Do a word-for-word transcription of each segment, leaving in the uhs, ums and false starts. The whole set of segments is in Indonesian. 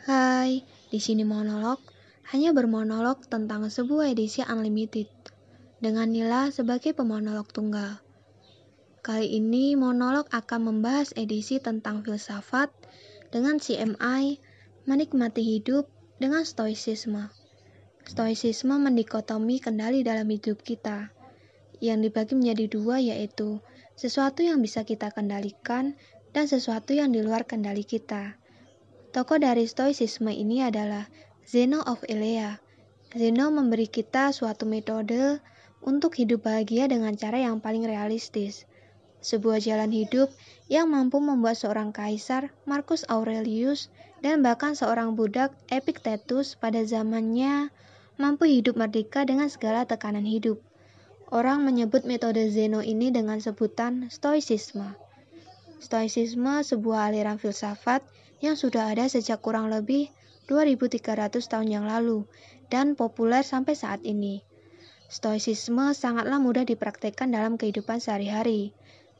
Hai, di sini monolog, hanya bermonolog tentang sebuah edisi unlimited, dengan Nila sebagai pemonolog tunggal. Kali ini monolog akan membahas edisi tentang filsafat dengan C M I, menikmati hidup dengan stoicisme. Stoicisme mendikotomi kendali dalam hidup kita, yang dibagi menjadi dua yaitu sesuatu yang bisa kita kendalikan dan sesuatu yang di luar kendali kita. Tokoh dari stoicisme ini adalah Zeno of Elea. Zeno memberi kita suatu metode untuk hidup bahagia dengan cara yang paling realistis. Sebuah jalan hidup yang mampu membuat seorang kaisar, Marcus Aurelius, dan bahkan seorang budak, Epictetus pada zamannya mampu hidup merdeka dengan segala tekanan hidup. Orang menyebut metode Zeno ini dengan sebutan stoicisme. Stoicisme sebuah aliran filsafat yang sudah ada sejak kurang lebih dua ribu tiga ratus tahun yang lalu dan populer sampai saat ini. Stoicisme sangatlah mudah dipraktikkan dalam kehidupan sehari-hari.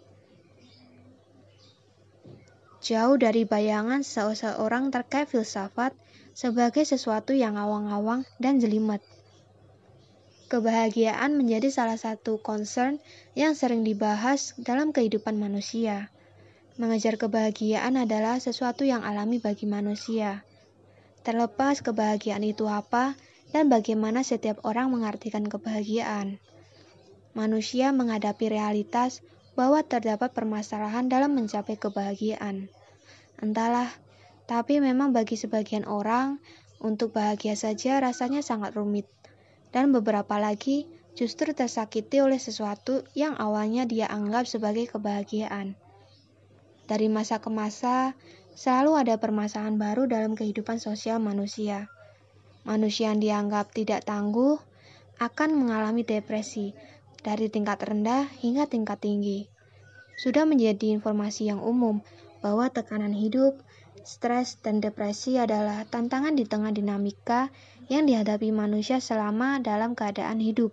Jauh dari bayangan seseorang terkait filsafat sebagai sesuatu yang awang-awang dan jelimet. Kebahagiaan menjadi salah satu concern yang sering dibahas dalam kehidupan manusia. Mengejar kebahagiaan adalah sesuatu yang alami bagi manusia. Terlepas kebahagiaan itu apa dan bagaimana setiap orang mengartikan kebahagiaan. Manusia menghadapi realitas bahwa terdapat permasalahan dalam mencapai kebahagiaan. Entahlah, tapi memang bagi sebagian orang, untuk bahagia saja rasanya sangat rumit. Dan beberapa lagi justru tersakiti oleh sesuatu yang awalnya dia anggap sebagai kebahagiaan. Dari masa ke masa, selalu ada permasalahan baru dalam kehidupan sosial manusia. Manusia yang dianggap tidak tangguh akan mengalami depresi dari tingkat rendah hingga tingkat tinggi. Sudah menjadi informasi yang umum bahwa tekanan hidup, stres, dan depresi adalah tantangan di tengah dinamika yang dihadapi manusia selama dalam keadaan hidup.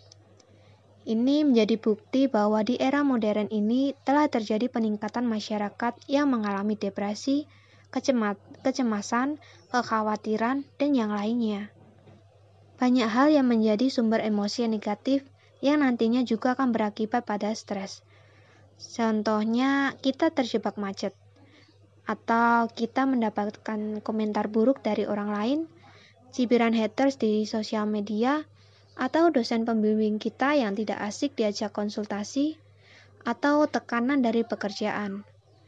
Ini menjadi bukti bahwa di era modern ini telah terjadi peningkatan masyarakat yang mengalami depresi, kecemat, kecemasan, kekhawatiran, dan yang lainnya. Banyak hal yang menjadi sumber emosi yang negatif yang nantinya juga akan berakibat pada stres. Contohnya, kita terjebak macet, atau kita mendapatkan komentar buruk dari orang lain, cibiran haters di sosial media, atau dosen pembimbing kita yang tidak asik diajak konsultasi, atau tekanan dari pekerjaan.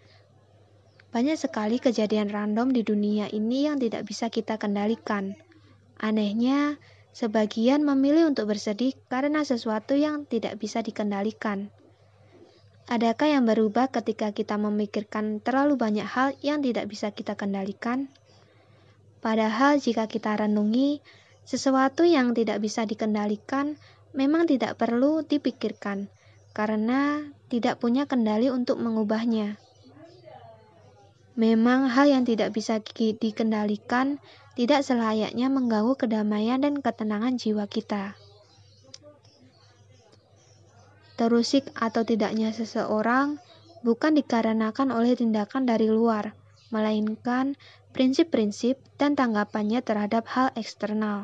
Banyak sekali kejadian random di dunia ini yang tidak bisa kita kendalikan. Anehnya, sebagian memilih untuk bersedih karena sesuatu yang tidak bisa dikendalikan. Adakah yang berubah ketika kita memikirkan terlalu banyak hal yang tidak bisa kita kendalikan? Padahal jika kita renungi, sesuatu yang tidak bisa dikendalikan memang tidak perlu dipikirkan, karena tidak punya kendali untuk mengubahnya. Memang hal yang tidak bisa dikendalikan tidak selayaknya mengganggu kedamaian dan ketenangan jiwa kita. Terusik atau tidaknya seseorang bukan dikarenakan oleh tindakan dari luar, melainkan prinsip-prinsip dan tanggapannya terhadap hal eksternal.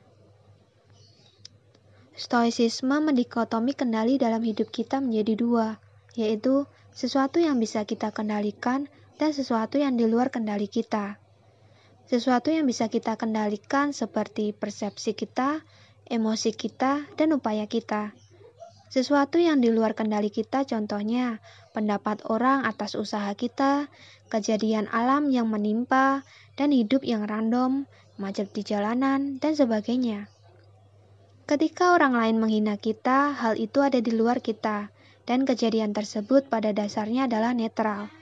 Stoicisme mendikotomi kendali dalam hidup kita menjadi dua, yaitu sesuatu yang bisa kita kendalikan dan sesuatu yang di luar kendali kita. Sesuatu yang bisa kita kendalikan seperti persepsi kita, emosi kita, dan upaya kita. Sesuatu yang di luar kendali kita contohnya pendapat orang atas usaha kita, kejadian alam yang menimpa, dan hidup yang random, macet di jalanan, dan sebagainya. Ketika orang lain menghina kita, hal itu ada di luar kita, dan kejadian tersebut pada dasarnya adalah netral.